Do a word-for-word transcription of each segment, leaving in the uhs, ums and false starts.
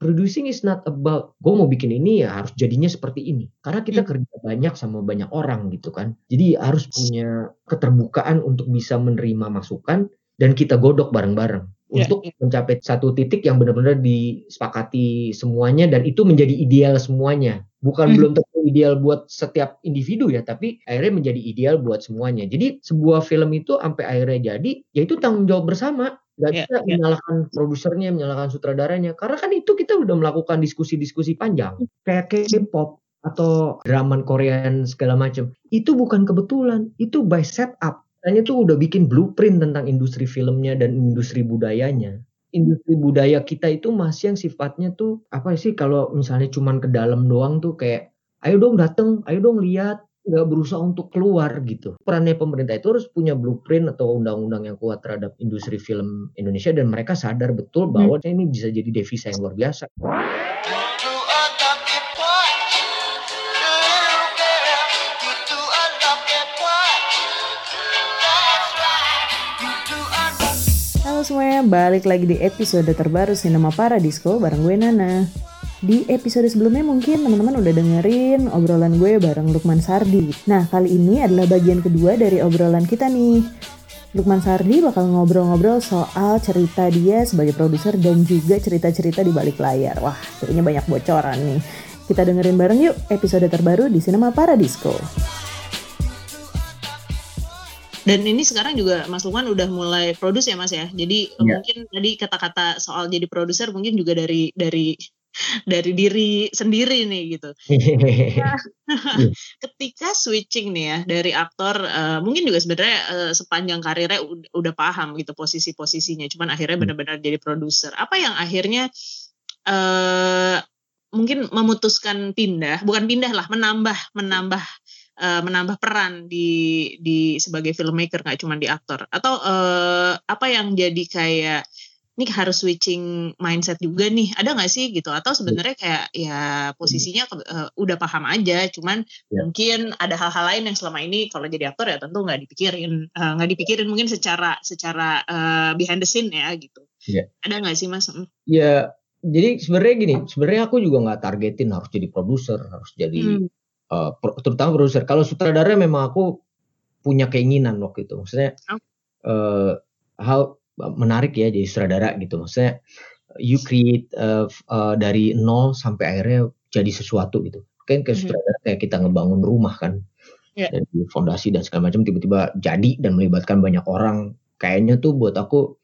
producing is not about gue mau bikin ini ya harus jadinya seperti ini. Karena kita Hmm. kerja banyak sama banyak orang gitu kan. Jadi harus punya keterbukaan untuk bisa menerima masukan dan kita godok bareng-bareng Ya, untuk ya. mencapai satu titik yang benar-benar disepakati semuanya dan itu menjadi ideal semuanya. Bukan Hmm. belum tentu ideal buat setiap individu ya, tapi akhirnya menjadi ideal buat semuanya. Jadi sebuah film itu sampai akhirnya jadi, ya itu tanggung jawab bersama. Gak Ya, bisa ya. menyalahkan produsernya, menyalahkan sutradaranya. Karena kan itu kita udah melakukan diskusi-diskusi panjang. Kayak K-pop atau draman Korean segala macam. Itu bukan kebetulan, itu by setup. Katanya tuh udah bikin blueprint tentang industri filmnya dan industri budayanya. Industri budaya kita itu masih yang sifatnya tuh apa sih, kalau misalnya cuman ke dalam doang tuh kayak ayo dong dateng, ayo dong lihat, nggak berusaha untuk keluar gitu. Perannya pemerintah itu harus punya blueprint atau undang-undang yang kuat terhadap industri film Indonesia dan mereka sadar betul bahwa ini bisa jadi devisa yang luar biasa. Halo semuanya, balik lagi di episode terbaru Cinema Paradisco bareng gue Nana. Di episode sebelumnya mungkin teman-teman udah dengerin obrolan gue bareng Lukman Sardi. Nah, kali ini adalah bagian kedua dari obrolan kita nih. Lukman Sardi bakal ngobrol-ngobrol soal cerita dia sebagai produser dan juga cerita-cerita di balik layar. Wah, kayaknya banyak bocoran nih. Kita dengerin bareng yuk episode terbaru di Cinema Paradisco. Dan ini sekarang juga Mas Lukman udah mulai produce ya Mas ya. Jadi Ya. mungkin tadi kata-kata soal jadi produser mungkin juga dari dari dari diri sendiri nih gitu. Nah, ketika switching nih ya dari aktor, uh, mungkin juga sebenarnya uh, sepanjang karirnya udah, udah paham gitu posisi-posisinya. Cuman akhirnya benar-benar jadi produser. Apa yang akhirnya uh, mungkin memutuskan pindah, bukan pindah lah, menambah menambah uh, menambah peran di di sebagai filmmaker, nggak cuma di aktor. Atau uh, apa yang jadi kayak ini harus switching mindset juga nih, ada nggak sih gitu? Atau sebenarnya kayak ya posisinya uh, udah paham aja, cuman Ya. mungkin ada hal-hal lain yang selama ini kalau jadi aktor ya tentu nggak dipikirin, uh, nggak dipikirin mungkin secara secara uh, behind the scene ya gitu. Ya. Ada nggak sih Mas? Ya, jadi sebenarnya gini, sebenarnya aku juga nggak targetin harus jadi produser, harus jadi Hmm. uh, pro, terutama produser. Kalau sutradara memang aku punya keinginan waktu itu, maksudnya Oh. uh, hal menarik ya jadi sutradara gitu, maksudnya you create uh, uh, dari nol sampai akhirnya jadi sesuatu gitu. Kan kayak Mhm. sutradara kayak kita ngebangun rumah kan, Ya. dari fondasi dan segala macam tiba-tiba jadi dan melibatkan banyak orang. Kayaknya tuh buat aku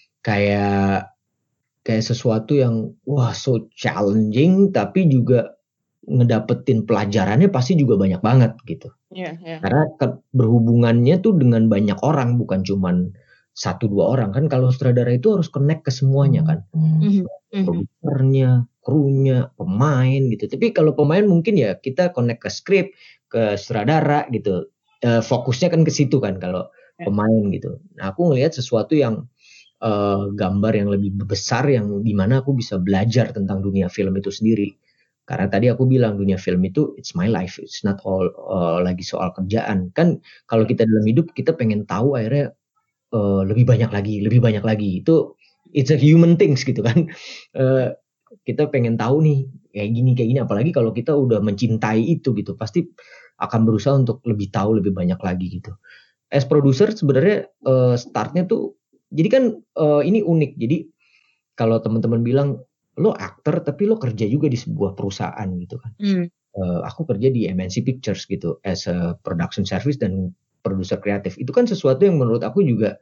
kayak kayak sesuatu yang wah so challenging, tapi juga ngedapetin pelajarannya pasti juga banyak banget gitu. Ya, ya. Karena ke, berhubungannya tuh dengan banyak orang, bukan cuman satu dua orang kan. Kalau sutradara itu harus connect ke semuanya kan, Mhm. Mhm. produsernya, krunya, pemain gitu. Tapi kalau pemain mungkin ya kita connect ke skrip, ke sutradara gitu. E, fokusnya kan ke situ kan kalau Ya. pemain gitu. Nah, aku ngelihat sesuatu yang Uh, gambar yang lebih besar yang dimana aku bisa belajar tentang dunia film itu sendiri. Karena tadi aku bilang dunia film itu it's my life, it's not all uh, lagi soal kerjaan. Kan kalau kita dalam hidup kita pengen tahu akhirnya uh, lebih banyak lagi, lebih banyak lagi. Itu it's a human things gitu kan. Uh, kita pengen tahu nih kayak gini kayak gini. Apalagi kalau kita udah mencintai itu gitu, pasti akan berusaha untuk lebih tahu lebih banyak lagi gitu. As producer sebenarnya uh, startnya tuh jadi kan uh, ini unik. Jadi kalau teman-teman bilang lo aktor tapi lo kerja juga di sebuah perusahaan gitu kan. Hmm. Uh, aku kerja di M N C Pictures gitu as a production service dan produser kreatif. Itu kan sesuatu yang menurut aku juga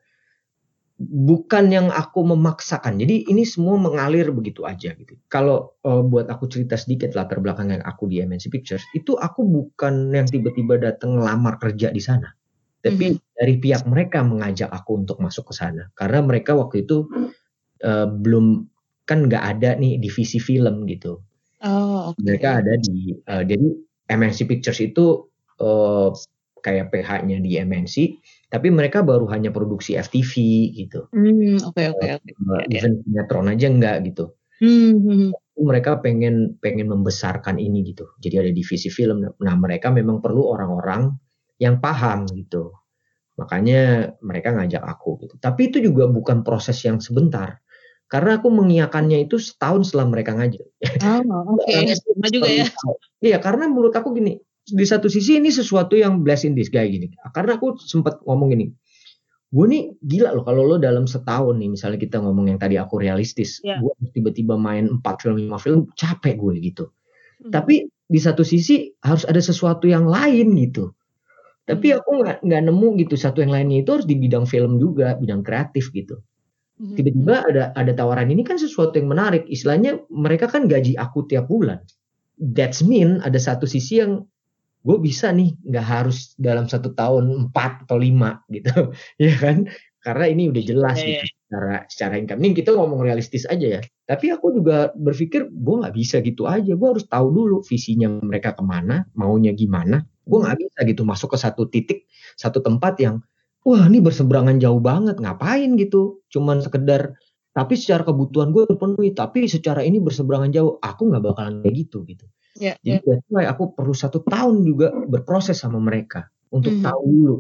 bukan yang aku memaksakan. Jadi ini semua mengalir begitu aja gitu. Kalau uh, buat aku cerita sedikit latar belakang yang aku di M N C Pictures, itu aku bukan yang tiba-tiba datang ngelamar kerja di sana. Tapi mm-hmm. dari pihak mereka mengajak aku untuk masuk ke sana. Karena mereka waktu itu uh, belum, kan nggak ada nih divisi film gitu. Oh, okay. Mereka ada di, uh, jadi M N C Pictures itu uh, kayak P H-nya di M N C, tapi mereka baru hanya produksi F T V gitu. Hmm, oke oke oke. Even sinetron aja nggak gitu. Hmm. Mereka pengen pengen membesarkan ini gitu. Jadi ada divisi film. Nah, mereka memang perlu orang-orang yang paham gitu. Makanya mereka ngajak aku gitu. Tapi itu juga bukan proses yang sebentar. Karena aku mengiyakannya itu setahun setelah mereka ngajar. Oh, oke. Okay. Sama juga ya. Iya, karena menurut aku gini, di satu sisi ini sesuatu yang blessing this guy gini. Karena aku sempat ngomong gini, gue nih gila loh kalau lo dalam setahun nih, misalnya kita ngomong yang tadi aku realistis, yeah. gue tiba-tiba main empat film, lima film, capek gue gitu. Hmm. Tapi di satu sisi harus ada sesuatu yang lain gitu. Tapi hmm. aku nggak nggak nemu gitu satu yang lainnya itu harus di bidang film juga, bidang kreatif gitu. Tiba-tiba ada ada tawaran ini kan sesuatu yang menarik. Istilahnya mereka kan gaji aku tiap bulan. That's mean ada satu sisi yang gue bisa nih nggak harus dalam satu tahun empat atau lima gitu, ya kan? Karena ini udah jelas yeah, gitu yeah. secara secara income. Ini kita ngomong realistis aja ya. Tapi aku juga berpikir gue nggak bisa gitu aja. Gue harus tahu dulu visinya mereka kemana, maunya gimana. Gue nggak bisa gitu masuk ke satu titik, satu tempat yang wah ini berseberangan jauh banget, ngapain gitu, cuman sekedar, tapi secara kebutuhan gue terpenuhi, tapi secara ini berseberangan jauh, aku gak bakalan kayak gitu gitu. Yeah, Jadi yeah. that's why aku perlu satu tahun juga berproses sama mereka, untuk mm-hmm. tahu dulu,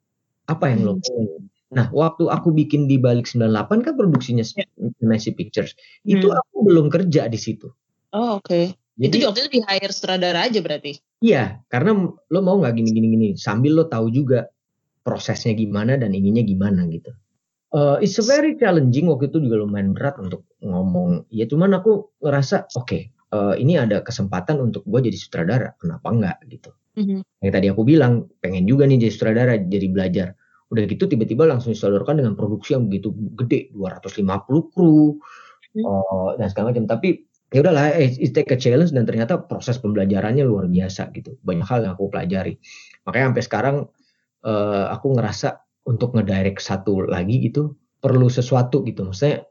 apa yang mm-hmm. lo pengen. Nah waktu aku bikin di Balik sembilan puluh delapan kan produksinya yeah. Massive Pictures, mm-hmm. itu aku belum kerja di situ. Oh oke, okay. Itu waktu itu di hire sutradara aja berarti? Iya, karena lo mau gak gini-gini-gini, sambil lo tahu juga, prosesnya gimana dan ininya gimana gitu. Uh, it's a very challenging, waktu itu juga lumayan berat untuk ngomong. Ya cuman aku ngerasa oke, okay, uh, ini ada kesempatan untuk gue jadi sutradara, kenapa enggak gitu. Mm-hmm. Yang tadi aku bilang pengen juga nih jadi sutradara, jadi belajar. Udah gitu tiba-tiba langsung disodorkan dengan produksi yang begitu gede, dua ratus lima puluh kru mm-hmm. uh, dan segala macam. Tapi ya udahlah, it take a challenge dan ternyata proses pembelajarannya luar biasa gitu. Banyak hal yang aku pelajari. Makanya sampai sekarang Uh, aku ngerasa untuk ngedirect satu lagi gitu perlu sesuatu gitu. Maksudnya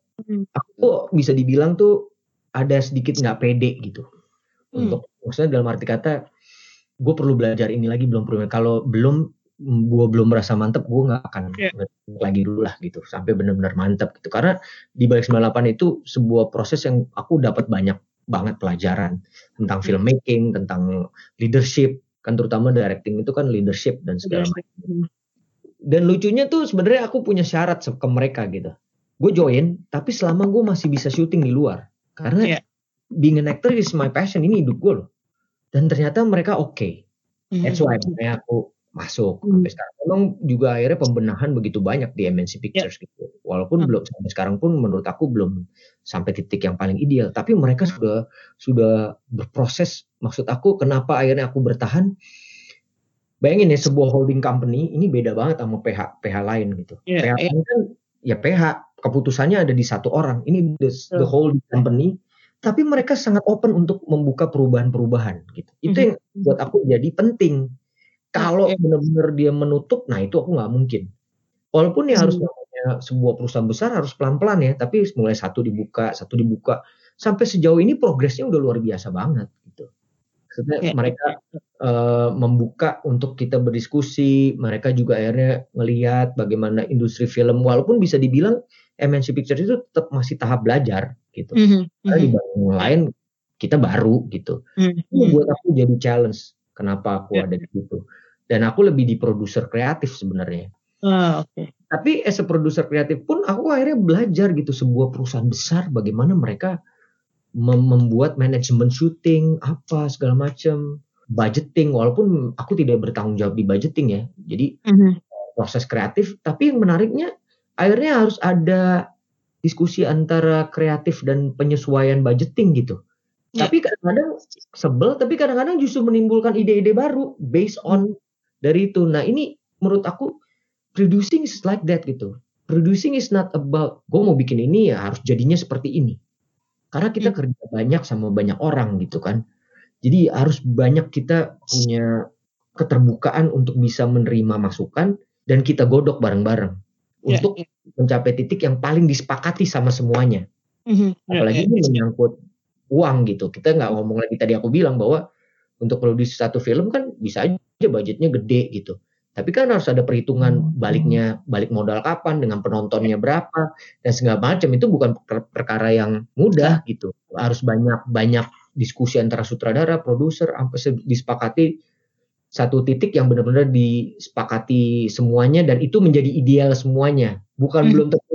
aku bisa dibilang tuh ada sedikit nggak pede gitu. Hmm. Untuk maksudnya dalam arti kata gue perlu belajar ini lagi, belum perlu. Kalau belum gue belum merasa mantep, gue nggak akan yeah. lagi dulu lah gitu sampai benar-benar mantep gitu. Karena di Balik sembilan puluh delapan itu sebuah proses yang aku dapat banyak banget pelajaran tentang hmm. filmmaking, tentang leadership. Kan terutama directing itu kan leadership dan segala macam. Dan lucunya tuh sebenarnya aku punya syarat ke mereka gitu. Gue join, tapi selama gue masih bisa syuting di luar. Karena yeah. being an actor is my passion, ini hidup gue loh. Dan ternyata mereka oke. Okay. That's why makanya aku masuk mm. sampai sekarang. Memang juga akhirnya pembenahan begitu banyak di M N C Pictures yeah. gitu. Walaupun mm. belum sampai sekarang pun menurut aku belum sampai titik yang paling ideal. Tapi mereka sudah sudah berproses. Maksud aku kenapa akhirnya aku bertahan? Bayangin ya sebuah holding company ini beda banget sama P H P H lain gitu. Yeah, P H yeah. kan ya P H keputusannya ada di satu orang. Ini the, so. the holding company. Tapi mereka sangat open untuk membuka perubahan-perubahan gitu. Itu mm-hmm. yang buat aku jadi penting. Kalau yeah. benar-benar dia menutup, nah itu aku nggak mungkin. Walaupun ya mm-hmm. harus namanya sebuah perusahaan besar harus pelan-pelan ya. Tapi mulai satu dibuka, satu dibuka. Sampai sejauh ini progresnya udah luar biasa banget gitu. Maksudnya yeah. mereka uh, membuka untuk kita berdiskusi. Mereka juga akhirnya ngelihat bagaimana industri film. Walaupun bisa dibilang M N C Pictures itu tetap masih tahap belajar gitu. Mm-hmm. Karena dibanding yang lain kita baru gitu. Mm-hmm. Itu buat aku jadi challenge. Kenapa aku yeah. ada di situ. Dan aku lebih di produser kreatif sebenarnya. Oh, okay. Tapi as a produser kreatif pun aku akhirnya belajar gitu. Sebuah perusahaan besar bagaimana mereka mem- membuat manajemen syuting, apa segala macam, budgeting. Walaupun aku tidak bertanggung jawab di budgeting ya. Jadi mm-hmm. proses kreatif. Tapi yang menariknya akhirnya harus ada diskusi antara kreatif dan penyesuaian budgeting gitu. Yeah. Tapi kadang-kadang sebel, tapi kadang-kadang justru menimbulkan ide-ide baru based on dari itu. Nah ini menurut aku producing is like that gitu. Producing is not about gue mau bikin ini ya harus jadinya seperti ini. Karena kita yeah. kerja banyak sama banyak orang gitu kan. Jadi harus banyak kita punya keterbukaan untuk bisa menerima masukan dan kita godok bareng-bareng. Untuk yeah, yeah. mencapai titik yang paling disepakati sama semuanya. Mm-hmm. Apalagi yeah, yeah. ini menyangkut uang gitu. Kita nggak ngomong lagi tadi aku bilang bahwa untuk produksi satu film kan bisa aja budgetnya gede gitu. Tapi kan harus ada perhitungan baliknya, balik modal kapan, dengan penontonnya berapa, dan segala macam. Itu bukan per- perkara yang mudah gitu. Harus banyak-banyak diskusi antara sutradara, produser, sampai disepakati satu titik yang benar-benar disepakati semuanya dan itu menjadi ideal semuanya. Bukan hmm. belum tentu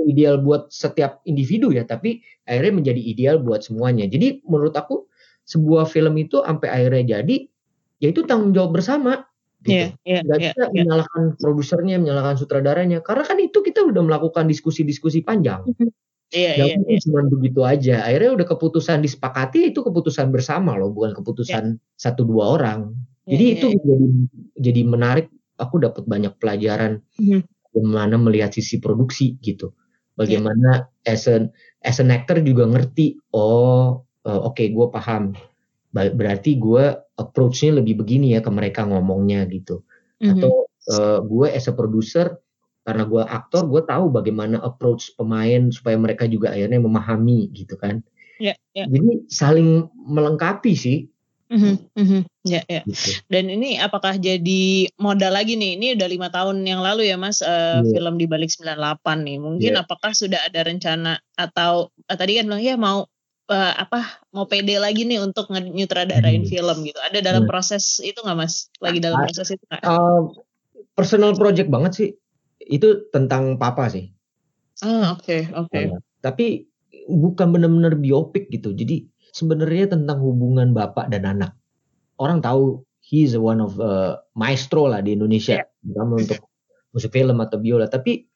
ideal buat setiap individu ya, tapi akhirnya menjadi ideal buat semuanya. Jadi menurut aku sebuah film itu sampai akhirnya jadi, ya itu tanggung jawab bersama gitu. Iya, iya, Nggak iya, bisa iya. menyalahkan produsernya, menyalahkan sutradaranya, karena kan itu kita udah melakukan diskusi-diskusi panjang. Iya, Nggak iya, mungkin iya. cuma begitu aja. Akhirnya udah keputusan disepakati, itu keputusan bersama loh, bukan Iya. keputusan satu dua orang. Iya, Jadi iya, itu iya. jadi jadi menarik. Aku dapat banyak pelajaran Mhm. bagaimana melihat sisi produksi gitu. Iya. Bagaimana as an as an actor juga ngerti, oh uh, oke gue paham. Ba- Berarti gue approach-nya lebih begini ya ke mereka ngomongnya gitu. Mhm. Atau uh, gue as a producer, karena gue aktor, gue tahu bagaimana approach pemain supaya mereka juga akhirnya memahami gitu kan. Iya, iya. Jadi saling melengkapi sih. Mhm, mhm. Ya, ya. Gitu. Dan ini apakah jadi modal lagi nih? Ini udah lima tahun yang lalu ya Mas, eh, Iya. film di balik sembilan puluh delapan nih. Mungkin Iya. apakah sudah ada rencana atau eh, tadi kan bilang ya mau eh, apa mau pede lagi nih untuk nge- nyutradarain Hmm. film gitu. Ada dalam Hmm. proses itu nggak Mas? Lagi dalam Ah, proses itu nggak? uh, personal project banget sih. Itu tentang papa sih. Ah, oke, oke. Uh, tapi bukan benar-benar biopik gitu. Jadi sebenarnya tentang hubungan bapak dan anak. Orang tahu he is one of uh, maestro lah di Indonesia, terutama untuk musik film atau biola. Tapi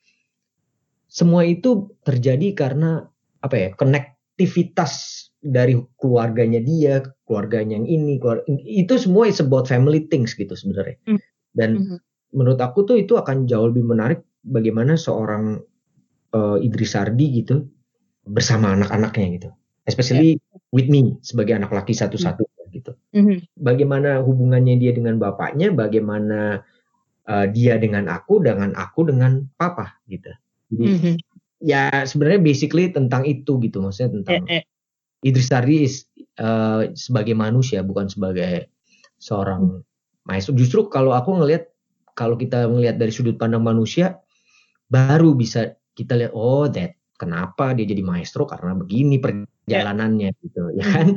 semua itu terjadi karena apa ya, konektivitas dari keluarganya dia, keluarganya yang ini, keluarga, itu semua is about family things gitu sebenarnya. Hmm. Dan Mhm. menurut aku tuh itu akan jauh lebih menarik bagaimana seorang uh, Idris Sardi gitu bersama anak-anaknya gitu, especially with me sebagai anak laki satu-satu gitu. Mhm. Bagaimana hubungannya dia dengan bapaknya, bagaimana uh, dia dengan aku, dengan aku dengan papa gitu. Jadi Mhm. ya sebenarnya basically tentang itu gitu, maksudnya Ya, tentang ya. Idris Sardi is, uh, sebagai manusia, bukan sebagai seorang maestro. Justru kalau aku ngelihat, kalau kita ngelihat dari sudut pandang manusia, baru bisa kita lihat, oh that kenapa dia jadi maestro, karena begini perjalanannya gitu ya kan.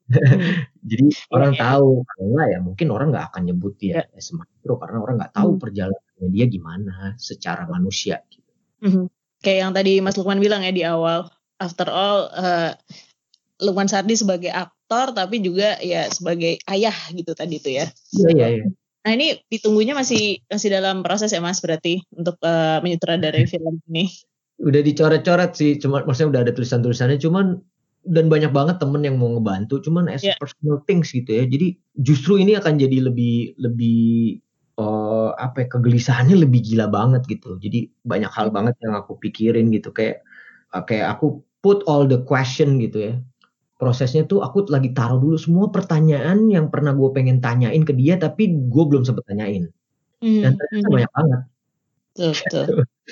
Jadi Ya, orang ya. tahu, kalau enggak ya mungkin orang nggak akan nyebut dia Ya. as maestro, karena orang nggak tahu Hmm. perjalanannya dia gimana secara manusia gitu. Mhm. Kayak yang tadi Mas Lukman bilang ya di awal, after all uh, Lukman Sardi sebagai aktor tapi juga ya sebagai ayah gitu tadi tuh ya. Iya iya iya. Nah ini ditunggunya masih masih dalam proses ya Mas berarti untuk uh, menyutradarai film ini. Udah dicoret-coret sih, cuma maksudnya udah ada tulisan-tulisannya, cuman dan banyak banget temen yang mau ngebantu, cuman as Ya. personal things gitu ya. Jadi justru ini akan jadi lebih lebih uh, apa ya, kegelisahannya lebih gila banget gitu. Jadi banyak hal banget yang aku pikirin gitu, kayak uh, kayak aku put all the question gitu ya. Prosesnya tuh aku lagi taruh dulu semua pertanyaan yang pernah gue pengen tanyain ke dia tapi gue belum sempet tanyain. Dan ternyata Mhm. banyak banget. Betul.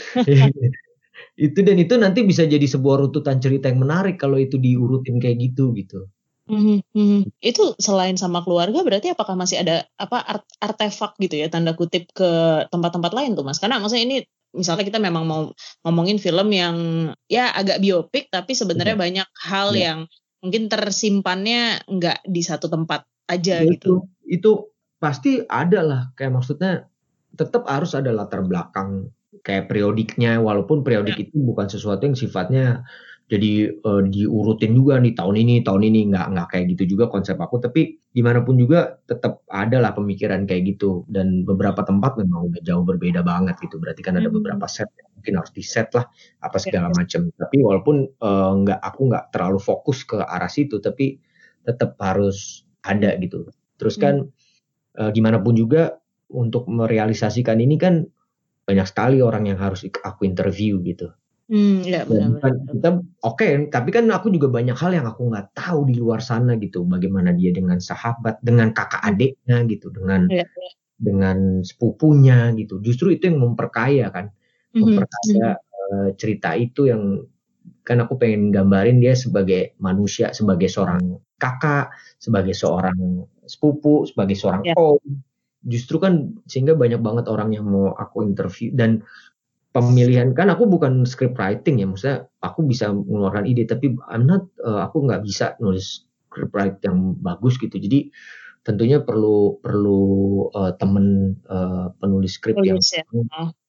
Itu dan itu nanti bisa jadi sebuah runtutan cerita yang menarik kalau itu diurutin kayak gitu gitu. Mhm, mhm. Itu selain sama keluarga berarti apakah masih ada apa art, artefak gitu ya tanda kutip ke tempat-tempat lain tuh Mas? Karena maksudnya ini misalnya kita memang mau ngomongin film yang ya agak biopik tapi sebenarnya Ya. banyak hal Ya. yang mungkin tersimpannya nggak di satu tempat aja Ya gitu. itu itu pasti ada lah, kayak maksudnya tetap harus ada latar belakang kayak periodiknya, walaupun periodik Ya. itu bukan sesuatu yang sifatnya jadi uh, diurutin juga nih tahun ini tahun ini nggak nggak kayak gitu juga konsep aku, tapi gimana pun juga tetap ada lah pemikiran kayak gitu, dan beberapa tempat memang udah jauh berbeda banget gitu, berarti kan ada Hmm. beberapa set yang mungkin harus di set lah apa Ya. segala macam, tapi walaupun uh, nggak aku nggak terlalu fokus ke arah situ, tapi tetap harus ada gitu. Terus kan uh, gimana pun juga untuk merealisasikan ini kan banyak sekali orang yang harus aku interview gitu. Hmm, ya Dan benar-benar. kita oke, okay, tapi kan aku juga banyak hal yang aku nggak tahu di luar sana gitu. Bagaimana dia dengan sahabat, dengan kakak adiknya gitu, dengan Ya, ya. dengan sepupunya gitu. Justru itu yang memperkaya kan, memperkaya uh, cerita itu, yang kan aku pengen gambarin dia sebagai manusia, sebagai seorang kakak, sebagai seorang sepupu, sebagai seorang Ya. om. Justru kan sehingga banyak banget orang yang mau aku interview, dan pemilihan kan aku bukan script writing ya, maksudnya aku bisa mengeluarkan ide tapi I'm not uh, aku nggak bisa nulis script writing yang bagus gitu, jadi tentunya perlu perlu uh, temen uh, penulis skrip yang Tulis ya. Oh.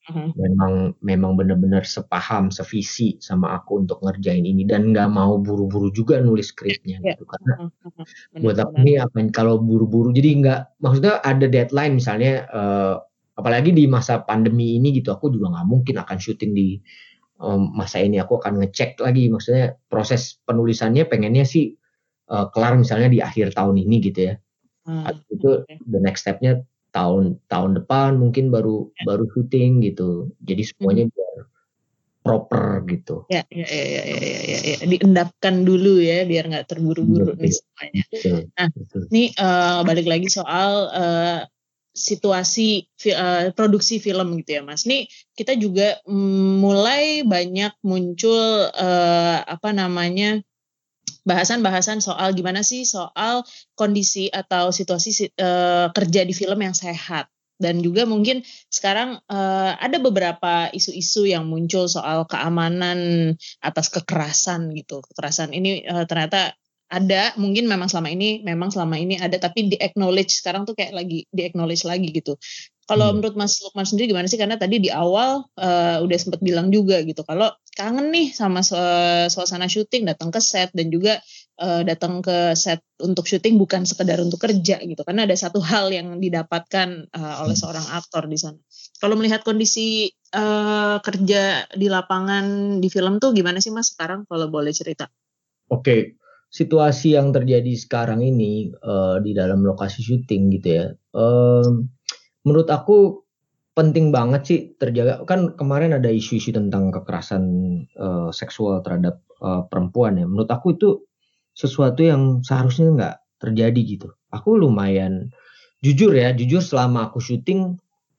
uh-huh. memang memang benar-benar sepaham, sevisi sama aku untuk ngerjain ini dan nggak mau buru-buru juga nulis skripnya Ya. gitu karena Uh-huh. uh-huh. buat aku Benar-benar. ini akan kalau buru-buru jadi nggak maksudnya ada deadline misalnya uh, apalagi di masa pandemi ini gitu aku juga nggak mungkin akan syuting di um, masa ini aku akan ngecek lagi maksudnya proses penulisannya pengennya sih uh, kelar misalnya di akhir tahun ini gitu ya. Uh, Habis itu okay. the next step-nya tahun tahun depan mungkin baru Ya. baru syuting gitu. Jadi semuanya Hmm. biar proper gitu. Ya, ya, ya, ya, ya, ya, ya, ya. Diendapkan dulu ya biar nggak terburu-buru Betul, nih semuanya. betul, Nah, betul. ini uh, balik lagi soal uh, situasi uh, produksi film gitu ya, Mas. Nih kita juga mm, mulai banyak muncul uh, apa namanya bahasan-bahasan soal gimana sih soal kondisi atau situasi uh, kerja di film yang sehat. Dan juga mungkin sekarang uh, ada beberapa isu-isu yang muncul soal keamanan atas kekerasan gitu. Kekerasan ini uh, ternyata ada, mungkin memang selama ini memang selama ini ada, tapi di acknowledge sekarang tuh kayak lagi di acknowledge lagi gitu. Kalau hmm. menurut Mas Lukman sendiri gimana sih? Karena tadi di awal uh, udah sempat bilang juga gitu, kalau kangen nih sama su- suasana syuting, datang ke set dan juga Uh, datang ke set untuk syuting bukan sekedar untuk kerja gitu, karena ada satu hal yang didapatkan uh, oleh seorang aktor di sana. Kalau melihat kondisi uh, kerja di lapangan di film tuh gimana sih Mas sekarang, kalau boleh cerita? Oke, okay. Situasi yang terjadi sekarang ini uh, di dalam lokasi syuting gitu ya, um, menurut aku penting banget sih terjaga. Kan kemarin ada isu-isu tentang kekerasan uh, seksual terhadap uh, perempuan ya. Menurut aku itu sesuatu yang seharusnya nggak terjadi gitu. Aku lumayan jujur ya, jujur selama aku syuting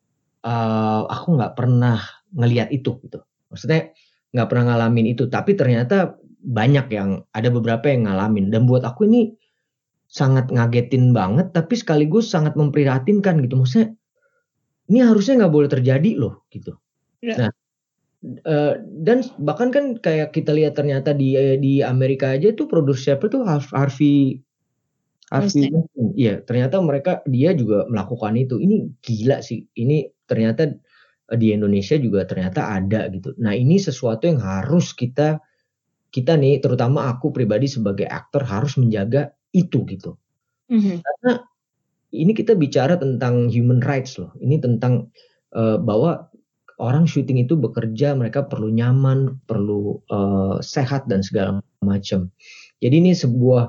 uh, aku nggak pernah ngelihat itu gitu. Maksudnya nggak pernah ngalamin itu. Tapi ternyata banyak yang ada beberapa yang ngalamin. Dan buat aku ini sangat ngagetin banget, tapi sekaligus sangat memprihatinkan gitu. Maksudnya ini harusnya nggak boleh terjadi loh gitu. Ya. Nah. Uh, dan bahkan kan kayak kita lihat ternyata di di Amerika aja tuh produser siapa tuh Harvey Harvey iya ternyata mereka dia juga melakukan itu. Ini gila sih, ini ternyata di Indonesia juga ternyata ada gitu. Nah ini sesuatu yang harus kita kita nih terutama aku pribadi sebagai aktor harus menjaga itu gitu. Mm-hmm. Karena ini kita bicara tentang human rights loh, ini tentang uh, bahwa orang syuting itu bekerja, mereka perlu nyaman, perlu uh, sehat dan segala macam. Jadi ini sebuah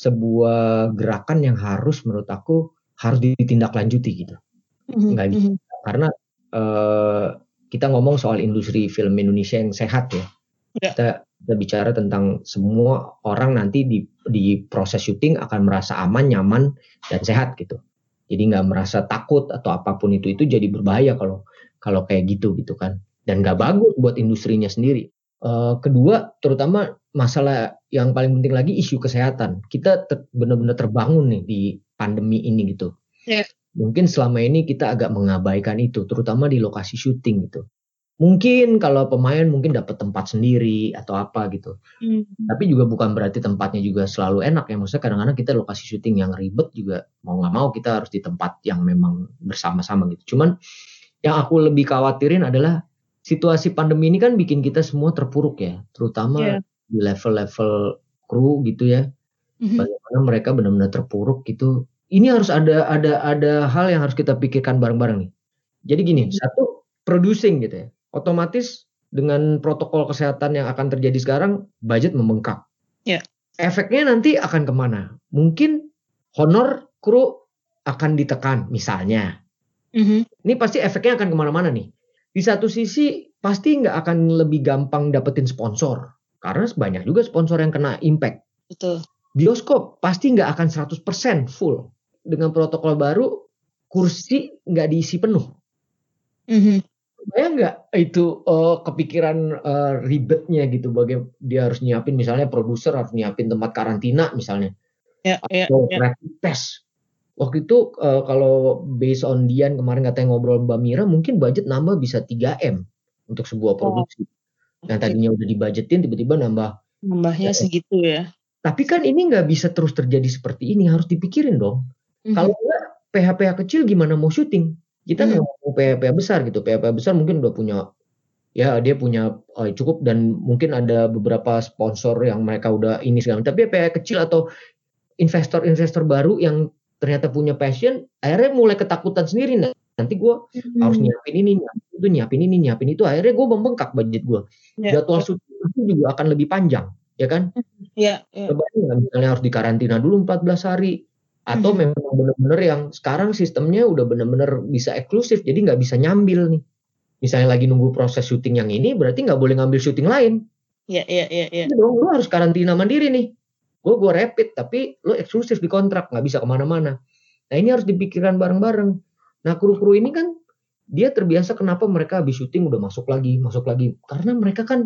sebuah gerakan yang harus menurut aku harus ditindaklanjuti gitu. Mm-hmm. Nggak bisa karena uh, kita ngomong soal industri film Indonesia yang sehat ya. Yeah. Kita, kita bicara tentang semua orang nanti di di proses syuting akan merasa aman, nyaman dan sehat gitu. Jadi nggak merasa takut atau apapun itu itu jadi berbahaya kalau kalau kayak gitu gitu kan, dan nggak bagus buat industrinya sendiri. Uh, kedua, terutama masalah yang paling penting lagi isu kesehatan. Kita ter, benar-benar terbangun nih di pandemi ini gitu. Yeah. Mungkin selama ini kita agak mengabaikan itu, terutama di lokasi syuting gitu. Mungkin kalau pemain mungkin dapat tempat sendiri atau apa gitu. Hmm. Tapi juga bukan berarti tempatnya juga selalu enak ya. Maksudnya kadang-kadang kita lokasi syuting yang ribet juga mau nggak mau kita harus di tempat yang memang bersama-sama gitu. Cuman yang aku lebih khawatirin adalah situasi pandemi ini kan bikin kita semua terpuruk ya, terutama yeah. di level-level kru gitu ya. Mm-hmm. Bagaimana mereka benar-benar terpuruk gitu. Ini harus ada ada ada hal yang harus kita pikirkan bareng-bareng nih. Jadi gini, mm-hmm. satu producing gitu ya. Otomatis dengan protokol kesehatan yang akan terjadi sekarang, budget membengkak. Yeah. Efeknya nanti akan kemana? Mungkin honor kru akan ditekan misalnya. Mm-hmm. Ini pasti efeknya akan kemana-mana nih. Di satu sisi pasti nggak akan lebih gampang dapetin sponsor. Karena banyak juga sponsor yang kena impact. Betul. Bioskop pasti nggak akan seratus persen full. Dengan protokol baru, kursi nggak diisi penuh. Mm-hmm. Bayang nggak itu uh, kepikiran uh, ribetnya gitu. Bagaimana dia harus nyiapin, misalnya produser harus nyiapin tempat karantina misalnya. Ya, atau ya, rapid ya. test. Waktu itu uh, kalau based on Dian kemarin katanya ngobrol Mbak Mira, mungkin budget nambah bisa tiga M untuk sebuah produksi. Oh. Yang tadinya udah dibudgetin tiba-tiba nambah. Nambahnya ya. Segitu ya. Tapi kan ini nggak bisa terus terjadi seperti ini, harus dipikirin dong. Mm-hmm. Kalau enggak P H P H kecil gimana mau syuting? Kita nggak Mhm. mau P H P H besar gitu, P H P H besar mungkin udah punya, ya dia punya eee, cukup dan mungkin ada beberapa sponsor yang mereka udah ini segala, tapi P H P kecil atau investor-investor baru yang ternyata punya passion, akhirnya mulai ketakutan sendiri, "Nah, nanti gua harus Mhm. nyiapin ini, nyiapin itu, nyiapin ini, nyiapin itu," akhirnya gua membengkak budget gua. Ya, Jadwal ya. syuting itu juga akan lebih panjang, ya kan? Mhm, iya iya. Coba aja misalnya harus dikarantina dulu empat belas hari, atau Mhm. memang bener-bener yang sekarang sistemnya udah bener-bener bisa eksklusif, jadi nggak bisa nyambil nih. Misalnya lagi nunggu proses syuting yang ini, berarti nggak boleh ngambil syuting lain. Iya iya iya iya. Iya dong, lu harus karantina mandiri nih. Gua gua rapid, tapi lu eksklusif di kontrak, nggak bisa ke mana-mana. Nah, ini harus dipikirkan bareng-bareng. Nah, kru-kru ini kan dia terbiasa kenapa mereka habis syuting udah masuk lagi masuk lagi, karena mereka kan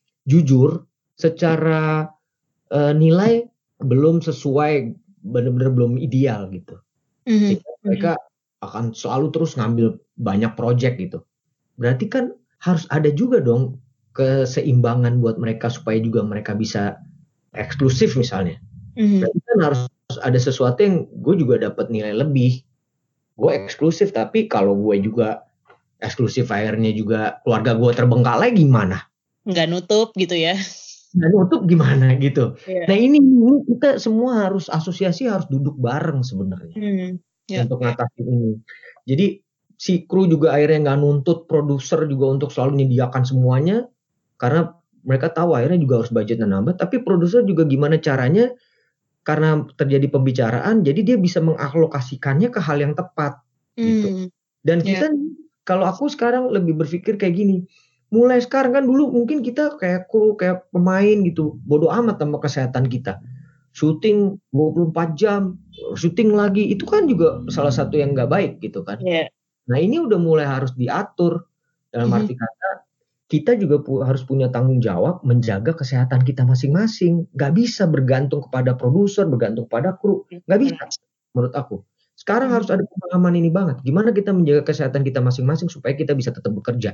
jujur secara, eee, nilai belum sesuai, bener-bener belum ideal gitu. Mhm Sehingga mhm. mereka akan selalu terus ngambil banyak project gitu. Berarti kan harus ada juga dong keseimbangan buat mereka supaya juga mereka bisa eksklusif misalnya. Mhm. Berarti kan harus ada sesuatu yang gue juga dapat nilai lebih. Gue eksklusif, tapi kalau gue juga eksklusif akhirnya juga keluarga gue terbengkalai gimana? Nggak nutup gitu ya. Nggak nutup gimana gitu. Iya. Nah ini ini kita semua harus asosiasi harus duduk bareng sebenarnya Hmm, ya untuk ya. ngatasin ini. Jadi si kru juga akhirnya nggak nuntut produser juga untuk selalu menyediakan semuanya, karena mereka tahu akhirnya juga harus budgetnya nambah, tapi produser juga gimana caranya karena terjadi pembicaraan, jadi dia bisa mengalokasikannya ke hal yang tepat, gitu. Mmm, Dan ya. kita kalau aku sekarang lebih berpikir kayak gini, mulai sekarang kan dulu mungkin kita kayak kru, kayak pemain gitu, bodo amat sama kesehatan kita. Syuting dua puluh empat jam, syuting lagi, itu kan juga salah satu yang nggak baik gitu kan. Iya. Nah ini udah mulai harus diatur, dalam Mhm. arti kata kita juga pu harus punya tanggung jawab menjaga kesehatan kita masing-masing. Nggak bisa bergantung kepada produser, bergantung pada kru, Mmm, nggak bisa benar. menurut aku. Sekarang Mhm. harus ada pemahaman ini banget, gimana kita menjaga kesehatan kita masing-masing supaya kita bisa tetap bekerja.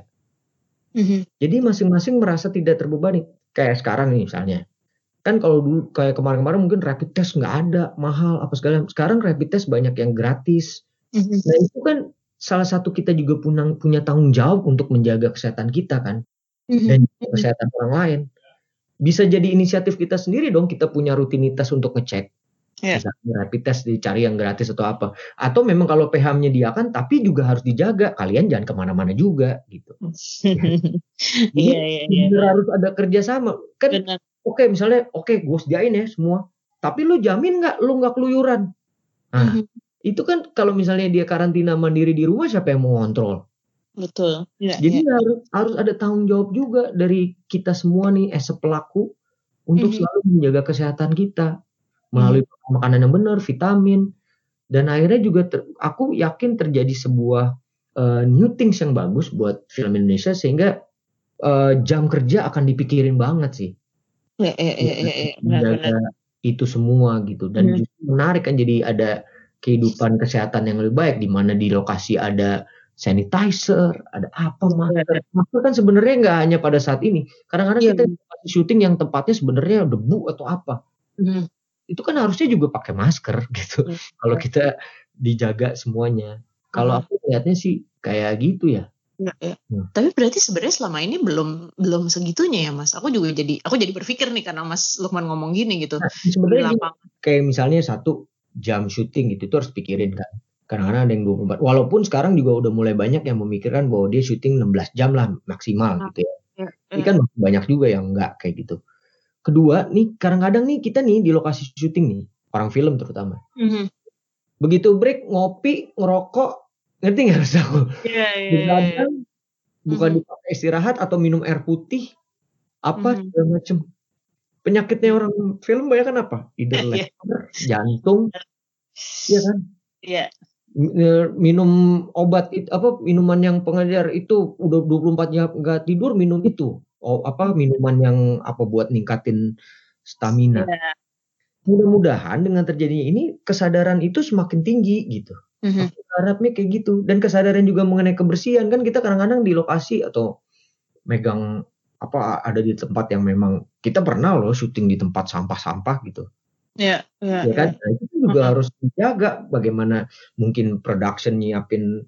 Mhm. Jadi masing-masing merasa tidak terbebani. Kayak sekarang nih misalnya, kan kalau dulu kayak kemarin-kemarin mungkin rapid test nggak ada, mahal apa segala, sekarang rapid test banyak yang gratis. Mhm. Nah itu kan salah satu kita juga punang punya tanggung jawab untuk menjaga kesehatan kita kan, Mhm dan mhm. kesehatan orang lain. Bisa jadi inisiatif kita sendiri dong, kita punya rutinitas untuk ngecek. Iya. Misalnya rapid test dicari yang gratis atau apa. Atau memang kalau P H menyediakan, tapi juga harus dijaga, kalian jangan ke mana-mana juga gitu. Jadi Iya iya iya bener iya. harus ada kerjasama. Kan Benar. oke misalnya, oke gue sediain ya semua, tapi lu jamin nggak lu nggak keluyuran? Nah, Mhm. itu kan kalau misalnya dia karantina mandiri di rumah siapa yang mau ngontrol? Betul. Iya Jadi iya iya. harus harus ada tanggung jawab juga dari kita semua nih as a pelaku untuk Mhm. selalu menjaga kesehatan kita Mhm. melalui makanan yang benar, vitamin, dan akhirnya juga ter aku yakin terjadi sebuah, eee, new things yang bagus buat film Indonesia sehingga, eee, jam kerja akan dipikirin banget sih. Iya iya iya iya iya. Benar benar. Menjaga itu semua gitu dan Mhm. justru menarik kan jadi ada kehidupan kesehatan yang lebih baik di mana di lokasi ada sanitizer, ada apa, Iya iya masker. iya. Masker kan sebenarnya nggak hanya pada saat ini, kadang-kadang Iya, kita bener. lokasi syuting yang tempatnya sebenarnya debu atau apa. Mhm. Itu kan harusnya juga pakai masker gitu, Iya kalau iya. kita dijaga semuanya. Kalau Heeh. aku lihatnya sih kayak gitu ya. Iya iya. Hmm. Tapi berarti sebenarnya selama ini belum belum segitunya ya, Mas? Aku juga jadi aku jadi berpikir nih karena Mas Lukman ngomong gini gitu, Nah, di sebenarnya gini, lapangan. kayak misalnya satu jam syuting gitu, itu harus pikirin kan. Kadang-kadang ada yang dua puluh empat, walaupun sekarang juga udah mulai banyak yang memikirkan bahwa dia syuting enam belas jam lah maksimal Ah, gitu ya. iya Ini iya. kan masih banyak juga yang enggak kayak gitu. Kedua nih, kadang-kadang nih kita nih di lokasi syuting nih, orang film terutama. Mhm. Begitu break ngopi, ngerokok, ngerti nggak maksud aku? Iya iya iya iya. Begadang, bukan Mhm. dipakai istirahat atau minum air putih, apa Mhm. segala macem. Penyakitnya Iya. orang film banyakan apa? Either Iya. leher, jantung, Bener. iya kan? Iya. M eee, minum obat it apa, minuman yang pengejar itu udah dua puluh empat jam nggak tidur minum itu, o apa, minuman yang apa, buat ningkatin stamina. Iya. Mudah-mudahan dengan terjadinya ini kesadaran itu semakin tinggi gitu. Mhm. Aku berharapnya kayak gitu dan kesadaran juga mengenai kebersihan, kan kita kadang-kadang di lokasi atau megang apa, ada di tempat yang memang kita pernah loh syuting di tempat sampah-sampah gitu. Iya iya Ya iya. kan? Nah itu kan juga Heeh. harus dijaga bagaimana mungkin production nyiapin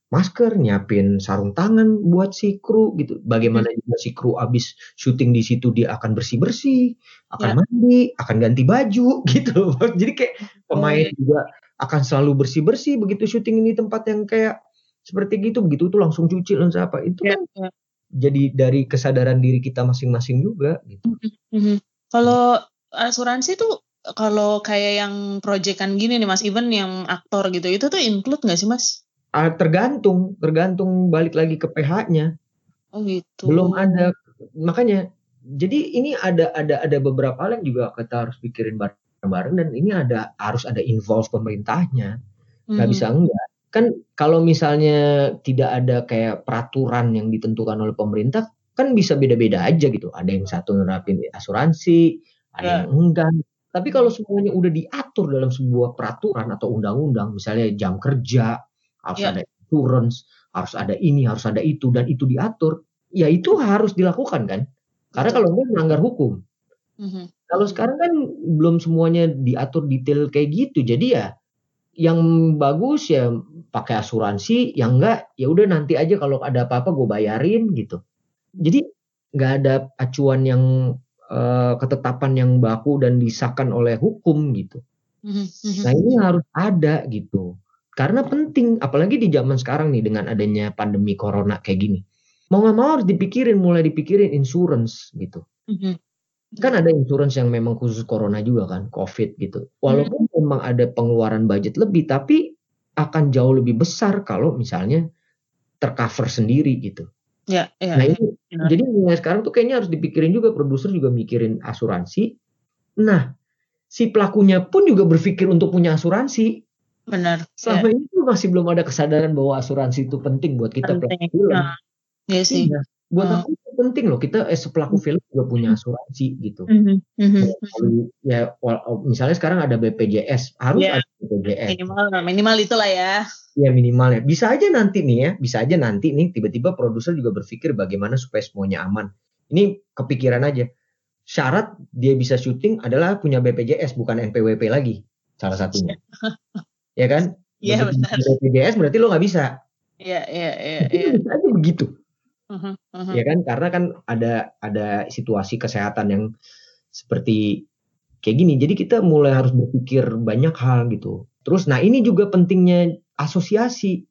masker, nyiapin sarung tangan buat si kru gitu. Bagaimana Mhm. juga si kru abis syuting di situ dia akan bersih-bersih, akan Ya. mandi, akan ganti baju gitu. Jadi kayak Ya, pemain ya. juga akan selalu bersih-bersih begitu syuting ini tempat yang kayak seperti gitu, begitu tuh langsung cuci, langsung apa. Itu Ya, kan ya. jadi dari kesadaran diri kita masing-masing juga gitu. Mhm, mhm. Kalau asuransi tuh kalau kayak yang proyekan gini nih Mas, even yang aktor gitu, itu tuh include nggak sih Mas? Ah, tergantung, tergantung balik lagi ke P H-nya. Oh gitu. Belum ada, makanya jadi ini ada ada ada beberapa hal yang juga kita harus pikirin bareng-bareng, dan ini ada harus ada involve pemerintahnya. Nggak Mhm. bisa enggak. Kan kalau misalnya tidak ada kayak peraturan yang ditentukan oleh pemerintah, kan bisa beda-beda aja gitu. Ada yang satu nerapin asuransi, ada Ya. yang enggak. Tapi kalau semuanya udah diatur dalam sebuah peraturan atau undang-undang, misalnya jam kerja, harus Ya. ada insurance, harus ada ini, harus ada itu, dan itu diatur, ya itu harus dilakukan kan. Karena Betul. kalau enggak melanggar hukum. Mhm, Kalau mhm. sekarang kan belum semuanya diatur detail kayak gitu. Jadi ya yang bagus ya pakai asuransi, yang enggak ya udah nanti aja kalau ada apa-apa gue bayarin gitu. Jadi nggak ada acuan yang eee, ketetapan yang baku dan disahkan oleh hukum gitu. Mhm, mhm, Nah ini mhm. harus ada gitu. Karena penting, apalagi di zaman sekarang nih dengan adanya pandemi corona kayak gini. Mau nggak mau harus dipikirin, mulai dipikirin insurance gitu. Mhm. Kan Mhm. ada insurance yang memang khusus corona juga kan, Covid gitu. Mhm. Walaupun memang ada pengeluaran budget lebih, tapi akan jauh lebih besar kalau misalnya tercover sendiri gitu. Ya, ya, Nah ya. ini, Benar. jadi mulai sekarang tuh kayaknya harus dipikirin juga, produser juga mikirin asuransi. Nah, si pelakunya pun juga berpikir untuk punya asuransi. Benar. Ya. Selama ini tuh masih belum ada kesadaran bahwa asuransi itu penting buat kita pelaku Penting. film. Nah, iya sih. Iya, buat Heeh. aku itu penting loh, kita as pelaku film juga punya asuransi gitu. Mhm, mhm, Mulai mhm. dari ya wal misalnya sekarang ada B P J S, harus Ya, ada B P J S. minimal minimal itulah ya. Ya minimal ya. Bisa aja nanti nih ya, bisa aja nanti nih tiba-tiba produser juga berpikir bagaimana supaya semuanya aman. Ini kepikiran aja. Syarat dia bisa syuting adalah punya B P J S, bukan N P W P lagi salah satunya. Ya kan? Iya Begitu benar. B P J S berarti lo nggak bisa. Iya, iya, iya, Itu iya. bisa aja begitu. Mhm, mhm. Ya kan? Karena kan ada ada situasi kesehatan yang seperti kayak gini. Jadi kita mulai harus berpikir banyak hal gitu. Terus nah ini juga pentingnya asosiasi.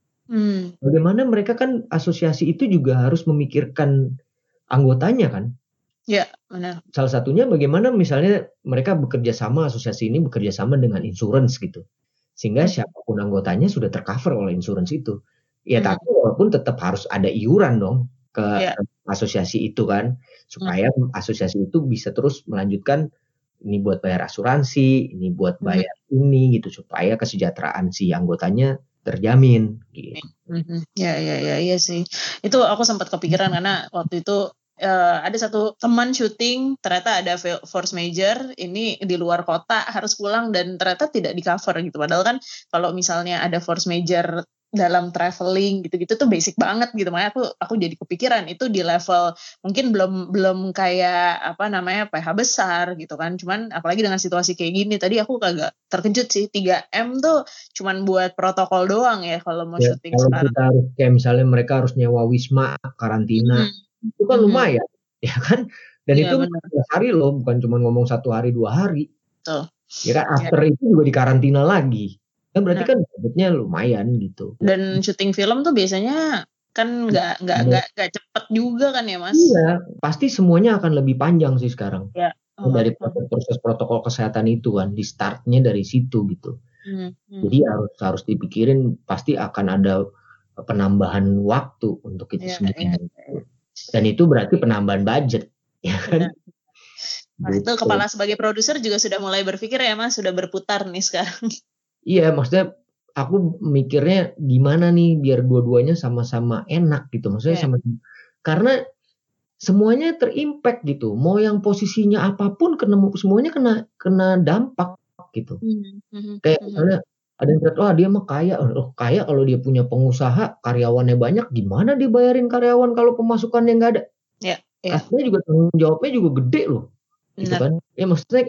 Hmm. Bagaimana mereka kan asosiasi itu juga harus memikirkan anggotanya kan. Ya, benar. Salah satunya bagaimana misalnya mereka bekerja sama, asosiasi ini bekerja sama dengan insurance gitu. Sehingga Hmm. siapapun anggotanya sudah tercover oleh insurance itu. Ya Hmm. tapi walaupun tetap harus ada iuran dong ke Ya. asosiasi itu kan. Supaya asosiasi itu bisa terus melanjutkan ini buat bayar asuransi, ini buat Mhm. bayar ini gitu. Supaya kesejahteraan si anggotanya terjamin gitu. Mhm. Ya, ya, ya, iya sih. Itu aku sempat kepikiran karena waktu itu uh, ada satu teman syuting, ternyata ada force major, ini di luar kota harus pulang dan ternyata tidak di cover gitu. Padahal kan kalau misalnya ada force major dalam traveling gitu-gitu tuh basic banget gitu. Makanya aku aku jadi kepikiran itu di level mungkin belum belum kayak apa namanya P H besar gitu kan. Cuman apalagi dengan situasi kayak gini tadi aku kagak terkejut sih, tiga M tuh cuman buat protokol doang ya kalau mau Ya, syuting kalau sekarang. kita harus kayak misalnya mereka harus nyewa wisma, karantina, Mhm. itu kan Mhm. lumayan, ya kan? Dan Iya itu benar. empat belas hari loh, bukan cuma ngomong satu hari, dua hari. Betul. Ya kan, Ya, after itu juga dikarantina lagi. Kan berarti benar. kan budgetnya lumayan gitu. Dan syuting film tuh biasanya kan nggak nggak nggak nggak cepet juga kan ya Mas? Iya, pasti semuanya akan lebih panjang sih sekarang. Ya. Dari Uh-huh. proses protokol kesehatan itu kan, di startnya dari situ gitu. Mhm. Jadi harus harus dipikirin pasti akan ada penambahan waktu untuk itu Ya, semua. ya, ya. Dan itu berarti penambahan budget, ya kan? Benar. Nah, itu Gitu. kepala sebagai produser juga sudah mulai berpikir ya Mas, sudah berputar nih sekarang. Iya, maksudnya aku mikirnya gimana nih biar dua-duanya sama-sama enak gitu. Maksudnya Ya. sama, karena semuanya terimpact gitu. Mau yang posisinya apapun kena, semuanya kena kena dampak gitu. Mhm. Mhm. Kayak Mhm. misalnya ada yang bilang, wah dia mah kaya, oh kaya kalau dia punya pengusaha, karyawannya banyak, gimana dia bayarin karyawan kalau pemasukannya nggak ada? Ya, ya. Artinya juga tanggung jawabnya juga gede loh, gitu Benar. kan? Ya maksudnya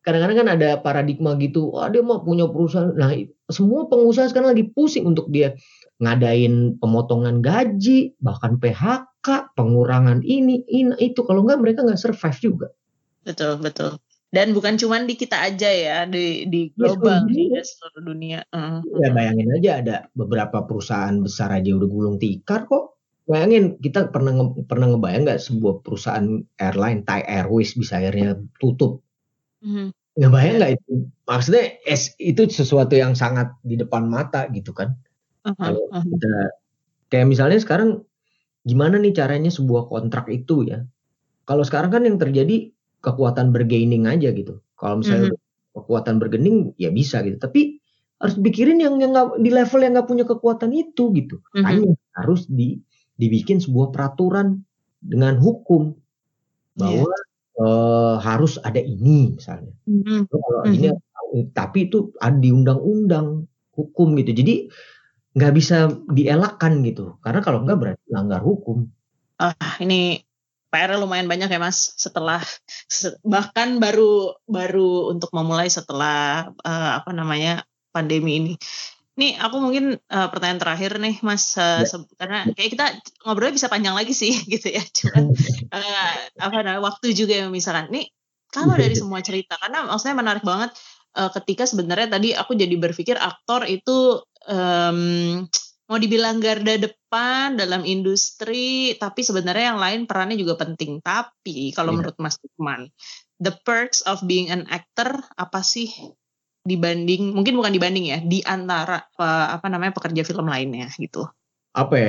kadang-kadang kan ada paradigma gitu, wah dia mah punya perusahaan. Nah, semua pengusaha sekarang lagi pusing untuk dia ngadain pemotongan gaji, bahkan P H K, pengurangan ini, ini itu. Kalau enggak mereka nggak survive juga. Betul, betul. Dan bukan cuma di kita aja ya, di di Ya, global, seluruh di dunia. seluruh dunia. Uh, Ya bayangin aja ada beberapa perusahaan besar aja udah gulung tikar kok. Bayangin kita pernah nge, pernah ngebayang nggak sebuah perusahaan airline Thai Airways bisa akhirnya tutup? uh, Nggak bayang nggak itu? Maksudnya es, itu sesuatu yang sangat di depan mata gitu kan? uh, Kalau uh, kita kayak misalnya sekarang gimana nih caranya sebuah kontrak itu ya? Kalau sekarang kan yang terjadi kekuatan bergaining aja gitu. Kalau misalnya uh, kekuatan bergening ya bisa gitu. Tapi harus dipikirin yang yang gak, di level yang nggak punya kekuatan itu gitu. uh, Makanya harus di, dibikin sebuah peraturan dengan hukum bahwa yeah. uh, harus ada ini misalnya. uh, Kalau uh, ini, tapi itu ada di undang-undang hukum gitu. Jadi nggak bisa dielakkan gitu. Karena kalau nggak berarti melanggar hukum. Ah, ini P R lumayan banyak ya Mas. Setelah bahkan baru baru untuk memulai setelah uh, apa namanya pandemi ini. Nih aku mungkin uh, pertanyaan terakhir nih Mas, uh, ya. Karena kayak kita ngobrolnya bisa panjang lagi sih gitu ya. Cuman uh, apa namanya waktu juga yang misalkan. Nih kalau dari semua cerita, karena maksudnya menarik banget uh, ketika sebenarnya tadi aku jadi berpikir aktor itu um, mau dibilang garda depan dalam industri, tapi sebenarnya yang lain perannya juga penting. Tapi kalau yeah. menurut Mas Lukman, the perks of being an actor apa sih dibanding, mungkin bukan dibanding ya, di antara uh, apa namanya pekerja film lainnya gitu? Apa ya?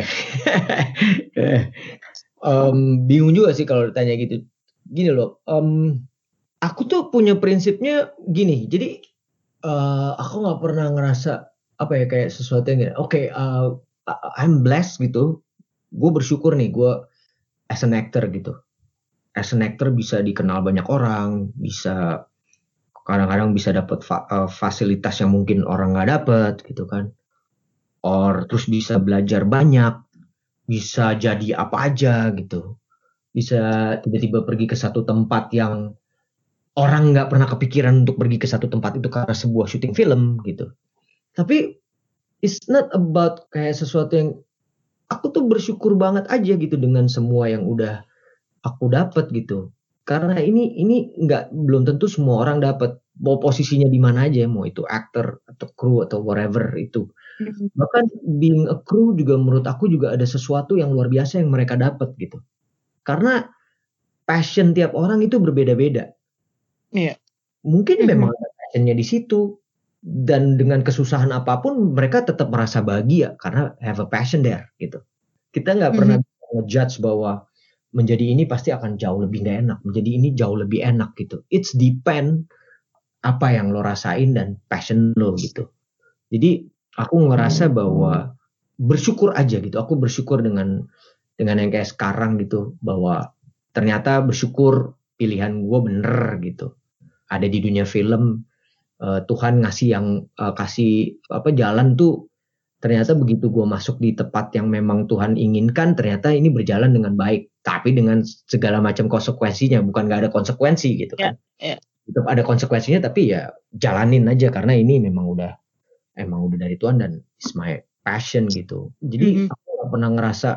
um, bingung juga sih kalau ditanya gitu. Gini loh, um, aku tuh punya prinsipnya gini. Jadi uh, aku nggak pernah ngerasa apa ya kayak sesuatu yang gini. Oke, okay, uh, I'm blessed gitu. Gue bersyukur nih, gue as an actor gitu. As an actor bisa dikenal banyak orang, bisa kadang-kadang bisa dapat fa- uh, fasilitas yang mungkin orang nggak dapat gitu kan. Or terus bisa belajar banyak, bisa jadi apa aja gitu. Bisa tiba-tiba pergi ke satu tempat yang orang nggak pernah kepikiran untuk pergi ke satu tempat itu karena sebuah syuting film gitu. Tapi it's not about kayak sesuatu yang aku tuh bersyukur banget aja gitu dengan semua yang udah aku dapat gitu. Karena ini ini nggak belum tentu semua orang dapat. Mau posisinya di mana aja, mau itu actor atau kru atau whatever itu. Bahkan being a crew juga menurut aku juga ada sesuatu yang luar biasa yang mereka dapat gitu. Karena passion tiap orang itu berbeda-beda. Iya. Mungkin mm-hmm. memang ada passionnya di situ. Dan dengan kesusahan apapun mereka tetap merasa bahagia karena have a passion there gitu. Kita nggak mm-hmm. pernah ngejudge bahwa menjadi ini pasti akan jauh lebih nggak enak, menjadi ini jauh lebih enak gitu. It's depend apa yang lo rasain dan passion lo gitu. Jadi aku ngerasa bahwa bersyukur aja gitu. Aku bersyukur dengan dengan yang kayak sekarang gitu bahwa ternyata bersyukur pilihan gue bener gitu. Ada di dunia film. Uh, Tuhan ngasih yang uh, kasih apa jalan tuh ternyata begitu gue masuk di tempat yang memang Tuhan inginkan ternyata ini berjalan dengan baik tapi dengan segala macam konsekuensinya bukan nggak ada konsekuensi gitu kan yeah, yeah. Tetap ada konsekuensinya tapi ya jalanin aja karena ini memang udah emang udah dari Tuhan dan it's my passion gitu jadi mm-hmm. aku gak pernah ngerasa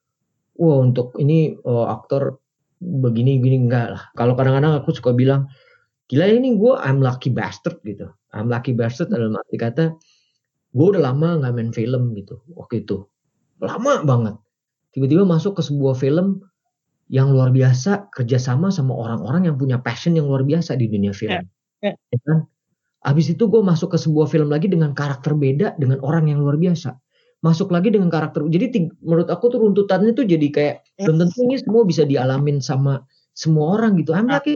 wah untuk ini oh, aktor begini gini enggak lah kalau kadang-kadang aku suka bilang gila ini gue I'm lucky bastard gitu. I'm lucky bastard dalam arti kata gue udah lama gak main film gitu waktu itu. Lama banget. Tiba-tiba masuk ke sebuah film yang luar biasa kerjasama sama orang-orang yang punya passion yang luar biasa di dunia film. Yeah. Yeah. Ya kan? Abis itu gue masuk ke sebuah film lagi dengan karakter beda dengan orang yang luar biasa. Masuk lagi dengan karakter. Jadi t- menurut aku tuh runtutannya tuh jadi kayak yeah. belum tentu ini semua bisa dialamin sama semua orang gitu. I'm lucky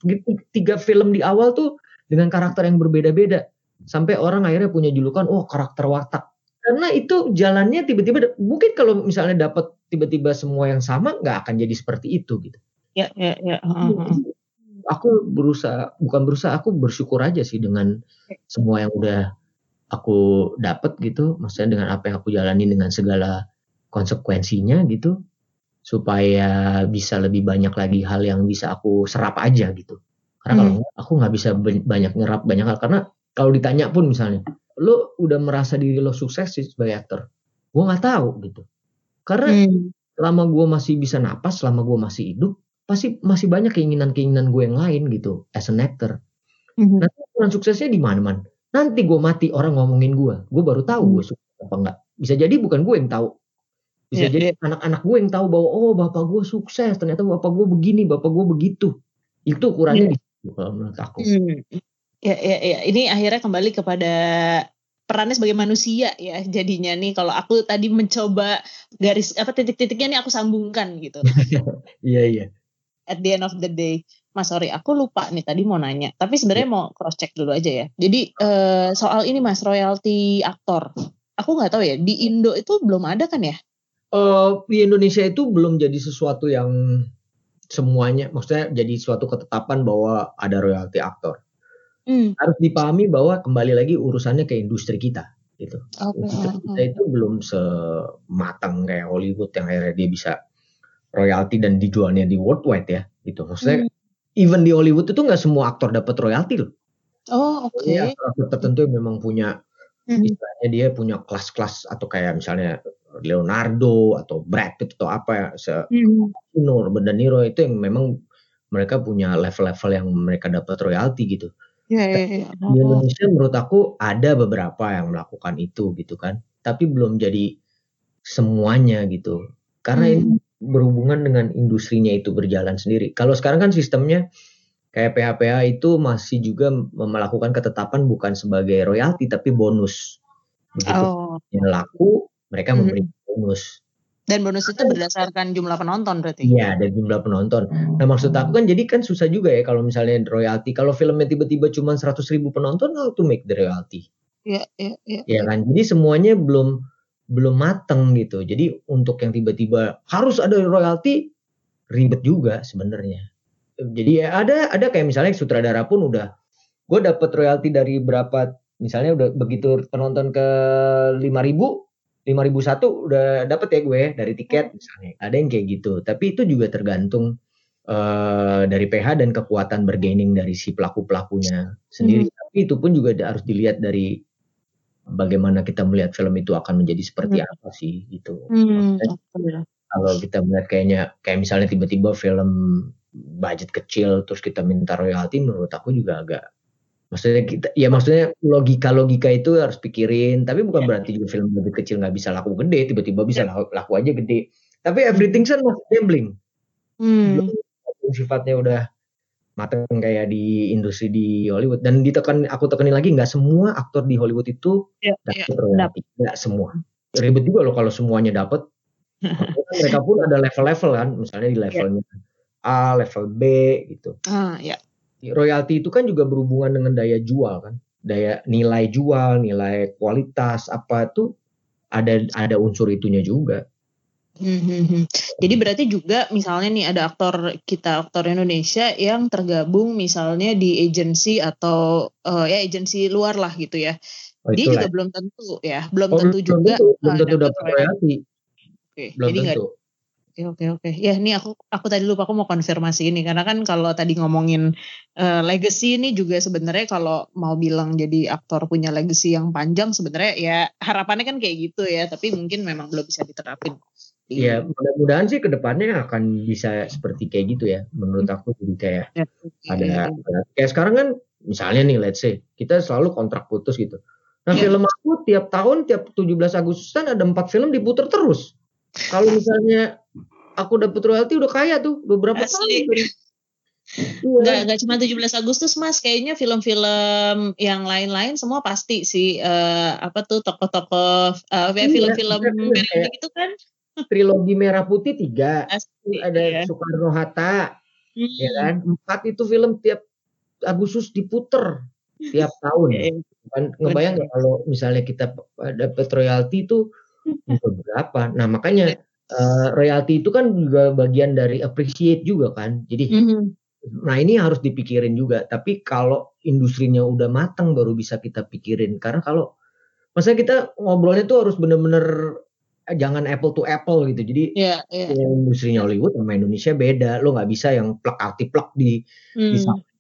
tiga film di awal tuh dengan karakter yang berbeda-beda. Sampai orang akhirnya punya julukan, oh karakter watak. Karena itu jalannya tiba-tiba, mungkin kalau misalnya dapat tiba-tiba semua yang sama, nggak akan jadi seperti itu gitu. Ya, ya, ya. Uh-huh. Aku berusaha, bukan berusaha, aku bersyukur aja sih dengan semua yang udah aku dapat gitu. Maksudnya dengan apa yang aku jalani dengan segala konsekuensinya gitu. Supaya bisa lebih banyak lagi hal yang bisa aku serap aja gitu. Karena kalau enggak, aku nggak bisa banyak nyerap banyak hal. Karena kalau ditanya pun misalnya, lo udah merasa diri lo sukses sih sebagai aktor? Gue nggak tahu gitu. Karena hmm. selama gue masih bisa napas, selama gue masih hidup, pasti masih banyak keinginan-keinginan gue yang lain gitu, as an actor. Mm-hmm. Nanti ukuran suksesnya di mana man? Nanti gue mati orang ngomongin gue, gue baru tahu mm-hmm. gue sukses apa enggak. Bisa jadi bukan gue yang tahu, bisa yeah, jadi yeah. anak-anak gue yang tahu bahwa oh bapak gue sukses, ternyata bapak gue begini, bapak gue begitu. Itu ukurannya yeah. di situ kalau menurut aku. Mm. Ya, ya, ya, ini akhirnya kembali kepada perannya sebagai manusia ya jadinya nih. Kalau aku tadi mencoba garis apa titik-titiknya nih aku sambungkan gitu. Iya iya. At the end of the day, Mas sorry aku lupa nih tadi mau nanya. Tapi sebenarnya yeah. mau cross check dulu aja ya. Jadi uh, soal ini Mas royalti aktor, aku nggak tahu ya di Indo itu belum ada kan ya? Uh, di Indonesia itu belum jadi sesuatu yang semuanya, maksudnya jadi suatu ketetapan bahwa ada royalti aktor. Hmm. Harus dipahami bahwa kembali lagi urusannya ke industri kita gitu. Okay. Industri kita itu belum sematang kayak Hollywood yang akhirnya dia bisa royalti dan dijualnya di worldwide ya gitu. Maksudnya hmm. even di Hollywood itu nggak semua aktor dapat royalti loh. Oh oke. Okay. Aktor tertentu yang memang punya hmm. istilahnya dia punya kelas-kelas atau kayak misalnya Leonardo atau Brad Pitt atau apa ya, se hmm. Nur De Niro itu yang memang mereka punya level-level yang mereka dapat royalti gitu. Ya, ya, ya. Di Indonesia menurut aku ada beberapa yang melakukan itu gitu kan, tapi belum jadi semuanya gitu. Karena hmm. ini berhubungan dengan industrinya itu berjalan sendiri. Kalau sekarang kan sistemnya kayak P H P H itu masih juga melakukan ketetapan bukan sebagai royalti tapi bonus. Begitu oh. yang laku mereka hmm. memberi bonus. Dan bonus itu berdasarkan jumlah penonton berarti? Iya, dari jumlah penonton. Nah maksud aku kan jadi kan susah juga ya kalau misalnya royalti. Kalau filmnya tiba-tiba cuma seratus ribu penonton, how to make the royalty? Iya, iya, iya. Ya kan, jadi semuanya belum belum mateng gitu. Jadi untuk yang tiba-tiba harus ada royalti, ribet juga sebenarnya. Jadi ya ada ada kayak misalnya sutradara pun udah, gue dapet royalti dari berapa, misalnya udah begitu penonton ke lima ribu, lima ribu satu udah dapet ya gue dari tiket misalnya. Ada yang kayak gitu. Tapi itu juga tergantung uh, dari P H dan kekuatan bargaining dari si pelaku-pelakunya sendiri. Hmm. Tapi itu pun juga harus dilihat dari bagaimana kita melihat film itu akan menjadi seperti hmm. apa sih gitu. Hmm. Kalau kita melihat kayaknya kayak misalnya tiba-tiba film budget kecil terus kita minta royalti, menurut aku juga agak, maksudnya kita ya maksudnya logika-logika itu harus pikirin, tapi bukan ya. Berarti juga film lebih kecil nggak bisa laku gede, tiba-tiba bisa ya. laku, laku aja gede. Tapi everything kan masih gambling. Hmm. Belum sifatnya udah mateng kayak di industri di Hollywood. Dan ditekan, aku tekanin lagi, nggak semua aktor di Hollywood itu ya, dapat royalti, nggak semua. Ribet juga loh kalau semuanya dapat. Mereka pun ada level-level kan, misalnya di levelnya ya. A, level B gitu. Ah ya. Royalti itu kan juga berhubungan dengan daya jual kan, daya nilai jual, nilai kualitas apa tuh ada ada unsur itunya juga. Hmm. Jadi berarti juga misalnya nih ada aktor kita aktor Indonesia yang tergabung misalnya di agensi atau uh, ya agensi luar lah gitu ya. Oh, dia juga lah. belum tentu ya, belum oh, tentu belum juga tentu, belum tentu uh, dapat royalti. Oke, belum jadi tentu. Gak, Oke oke oke. Ya ini aku aku tadi lupa aku mau konfirmasi ini karena kan kalau tadi ngomongin uh, legacy ini juga sebenarnya kalau mau bilang jadi aktor punya legacy yang panjang sebenarnya ya harapannya kan kayak gitu ya, tapi mungkin memang belum bisa diterapin. Iya, mudah-mudahan sih kedepannya akan bisa seperti kayak gitu ya. Menurut aku jadi kayak ya, ada ya, ya. Kayak sekarang kan misalnya nih let's say kita selalu kontrak putus gitu. Nah ya. Film aku tiap tahun tiap tujuh belas Agustusan ada empat film diputer terus. Kalau misalnya aku dapat royalti udah kaya tuh beberapa tahun. Enggak enggak cuma tujuh belas Agustus Mas, kayaknya film-film yang lain-lain semua pasti sih uh, apa tuh tokoh-tokoh uh, iya, film-film merah gitu kan. Trilogi Merah Putih tiga, Asli, ada ya. Soekarno Hatta, hmm. ya kan. Empat itu film tiap Agustus diputer tiap tahun. Ya, kan ngebayang nggak kalau misalnya kita dapat royalti itu berapa? Nah makanya uh, royalti itu kan juga bagian dari appreciate juga kan. Jadi, mm-hmm. nah ini harus dipikirin juga. Tapi kalau industrinya udah matang baru bisa kita pikirin. Karena kalau, maksudnya kita ngobrolnya tuh harus bener-bener jangan apple to apple gitu. Jadi yeah, yeah. industrinya Hollywood sama Indonesia beda. Lo nggak bisa yang plek arti plek di, hmm. di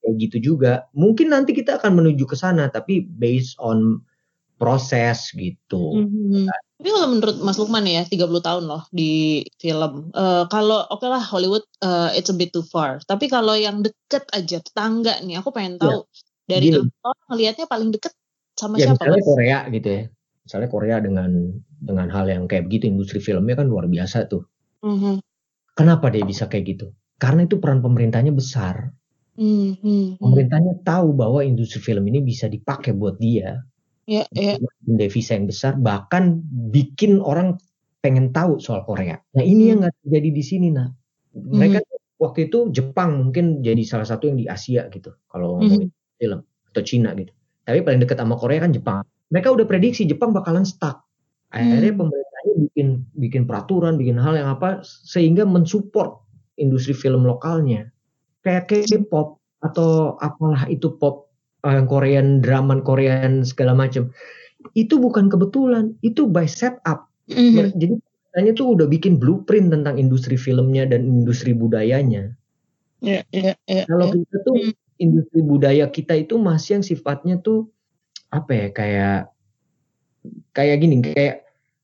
kayak gitu juga. Mungkin nanti kita akan menuju ke sana, tapi based on proses gitu. Mm-hmm. Tapi kalau menurut Mas Lukman ya, tiga puluh tahun loh di film. Uh, kalau oke okay lah Hollywood, uh, it's a bit too far. Tapi kalau yang deket aja, tetangga nih, aku pengen tahu ya, dari aktor ngelihatnya paling deket sama ya, siapa? Misalnya Mas? Korea gitu ya. Misalnya Korea dengan dengan hal yang kayak begitu, industri filmnya kan luar biasa tuh. Mm-hmm. Kenapa dia bisa kayak gitu? Karena itu peran pemerintahnya besar. Mm-hmm. Pemerintahnya tahu bahwa industri film ini bisa dipakai buat dia. Ya, ya. Devisa yang besar, bahkan bikin orang pengen tahu soal Korea. Nah ini hmm. yang nggak terjadi di sini, nah. Mereka hmm. waktu itu Jepang mungkin jadi salah satu yang di Asia gitu, kalau ngomongin hmm. film, atau Cina gitu. Tapi paling dekat sama Korea kan Jepang. Mereka udah prediksi Jepang bakalan stuck. Akhirnya hmm. pemerintahnya bikin bikin peraturan, bikin hal yang apa sehingga mensupport industri film lokalnya. Kayak K-pop atau apalah itu pop. Yang Korean drama, Korean segala macam, itu bukan kebetulan, itu by setup. Mm-hmm. Jadi katanya tuh udah bikin blueprint tentang industri filmnya dan industri budayanya. Yeah, yeah, yeah, Kalau yeah. kita tuh mm. industri budaya kita itu masih yang sifatnya tuh apa ya, kayak kayak gini, kayak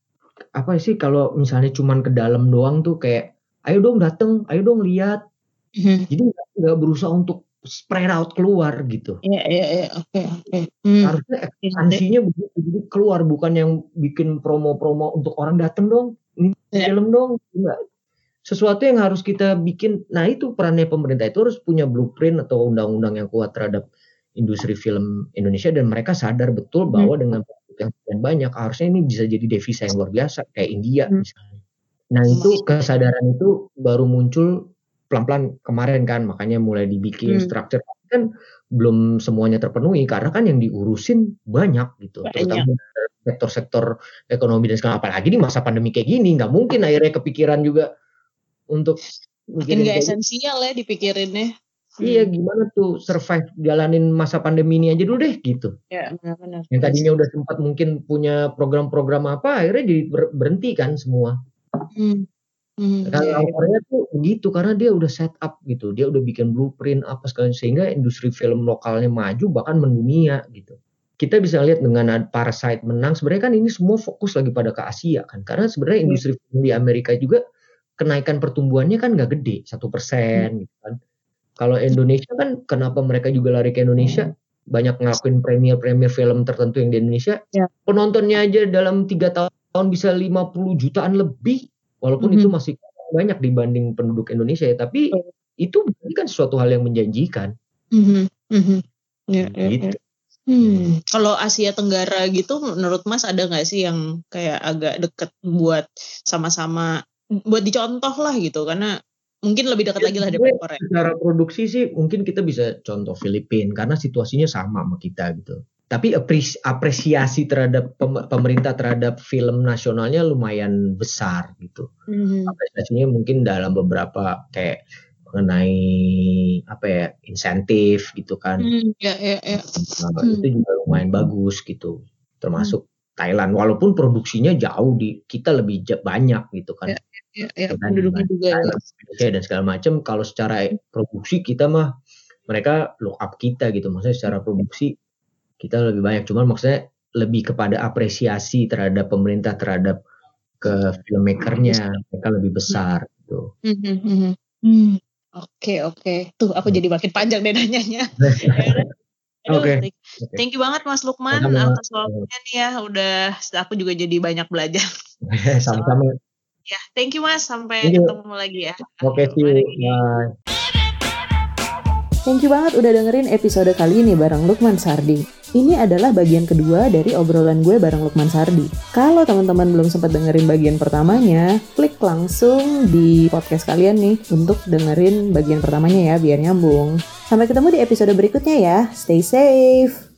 apa sih, kalau misalnya cuman ke dalam doang tuh kayak ayo dong dateng, ayo dong lihat. Mm-hmm. Jadi nggak berusaha untuk spread out keluar gitu. Iya iya iya oke oke. Harusnya ekspansinya begitu, jadi keluar, bukan yang bikin promo-promo untuk orang datang dong, ini yeah. film dong, enggak. Sesuatu yang harus kita bikin. Nah itu perannya pemerintah, itu harus punya blueprint atau undang-undang yang kuat terhadap industri film Indonesia, dan mereka sadar betul bahwa hmm. dengan yang sekian banyak harusnya ini bisa jadi devisa yang luar biasa kayak India hmm. misalnya. Nah itu kesadaran itu baru muncul pelan-pelan kemarin kan, makanya mulai dibikin hmm. structure, kan belum semuanya terpenuhi karena kan yang diurusin banyak gitu, banyak. Terutama sektor-sektor ekonomi dan segala, apalagi di masa pandemi kayak gini nggak mungkin akhirnya kepikiran juga untuk mungkin nggak esensial ya dipikirinnya. Iya, gimana tuh survive jalanin masa pandemi ini aja dulu deh gitu. Ya benar-benar. Yang tadinya udah sempat mungkin punya program-program apa, akhirnya jadi berhenti kan semua. Hmm. Hmm, kalau yeah. Korea tuh begitu, karena dia udah set up gitu, dia udah bikin blueprint apa sekali, sehingga industri film lokalnya maju bahkan mendunia gitu. Kita bisa lihat dengan Parasite menang, sebenarnya kan ini semua fokus lagi pada ke Asia kan, karena sebenarnya yeah. industri film di Amerika juga kenaikan pertumbuhannya kan nggak gede, satu persen hmm. gitu kan. Kalau Indonesia kan kenapa mereka juga lari ke Indonesia, hmm. banyak ngelakuin premier-premier film tertentu yang di Indonesia, yeah. penontonnya aja dalam tiga tahun bisa lima puluh jutaan lebih. Walaupun mm-hmm. itu masih banyak dibanding penduduk Indonesia ya, tapi mm. itu kan suatu hal yang menjanjikan. Mm-hmm. Mm-hmm. Yeah, gitu. Yeah, yeah. Hmm. Kalau Asia Tenggara gitu, menurut Mas ada nggak sih yang kayak agak deket buat sama-sama, buat dicontoh lah gitu, karena mungkin lebih dekat ya, lagi lah daripada Korea. Secara produksi sih mungkin kita bisa contoh Filipina karena situasinya sama sama kita gitu. Tapi apresiasi terhadap pemerintah terhadap film nasionalnya lumayan besar gitu. Mm-hmm. Apresiasinya mungkin dalam beberapa kayak mengenai apa ya, insentif gitu kan. Mm, yeah, yeah, yeah. Nah, mm. itu juga lumayan bagus gitu. Termasuk mm. Thailand, walaupun produksinya jauh di kita lebih banyak gitu kan. Yeah, yeah, yeah. Penduduknya juga ya. Dan segala macam. Kalau secara produksi kita mah mereka look up kita gitu. Maksudnya secara produksi kita lebih banyak, cuman maksudnya lebih kepada apresiasi terhadap pemerintah terhadap ke filmmakernya, mereka lebih besar gitu. Mm-hmm. Mm. Oke oke, tuh aku jadi makin panjang deh nanyanya. Oke. Okay. Thank you banget Mas Lukman atas waktunya nih ya, udah aku juga jadi banyak belajar. Sama-sama. Ya, thank you Mas, sampai ketemu lagi ya. Oke, okay, see you. Bye. Thank you banget udah dengerin episode kali ini bareng Lukman Sardi. Ini adalah bagian kedua dari obrolan gue bareng Lukman Sardi. Kalau teman-teman belum sempat dengerin bagian pertamanya, klik langsung di podcast kalian nih untuk dengerin bagian pertamanya ya, biar nyambung. Sampai ketemu di episode berikutnya ya. Stay safe!